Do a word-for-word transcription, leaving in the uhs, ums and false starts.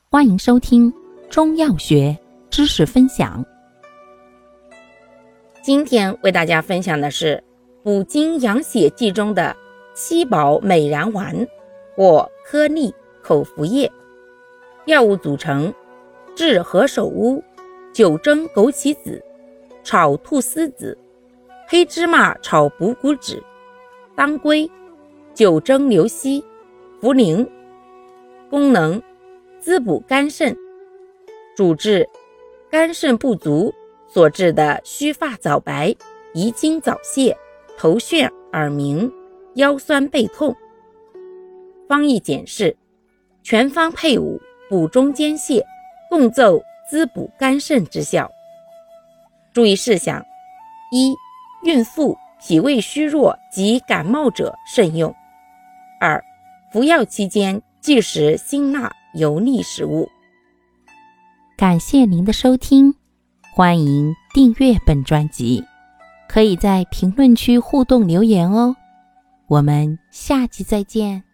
欢迎收听中药学知识分享。 今天为大家分享的是补精养血剂中的七宝美然丸或颗粒口服液。药物组成：炙何首乌、九蒸枸杞子、炒菟丝子、黑芝麻炒补骨脂、当归、九蒸牛膝、茯苓。功能：滋补肝肾。主治：肝肾不足所致的须发早白、遗精早泄、头眩耳鸣、腰酸背痛。方义简释：全方配伍，补中兼泻，共奏滋补肝肾之效。注意事项：一、孕妇、脾胃虚弱及感冒者慎用。二、服药期间忌食辛辣油腻食物。 感谢您的收听，欢迎订阅本专辑，可以在评论区互动留言哦。我们下期再见。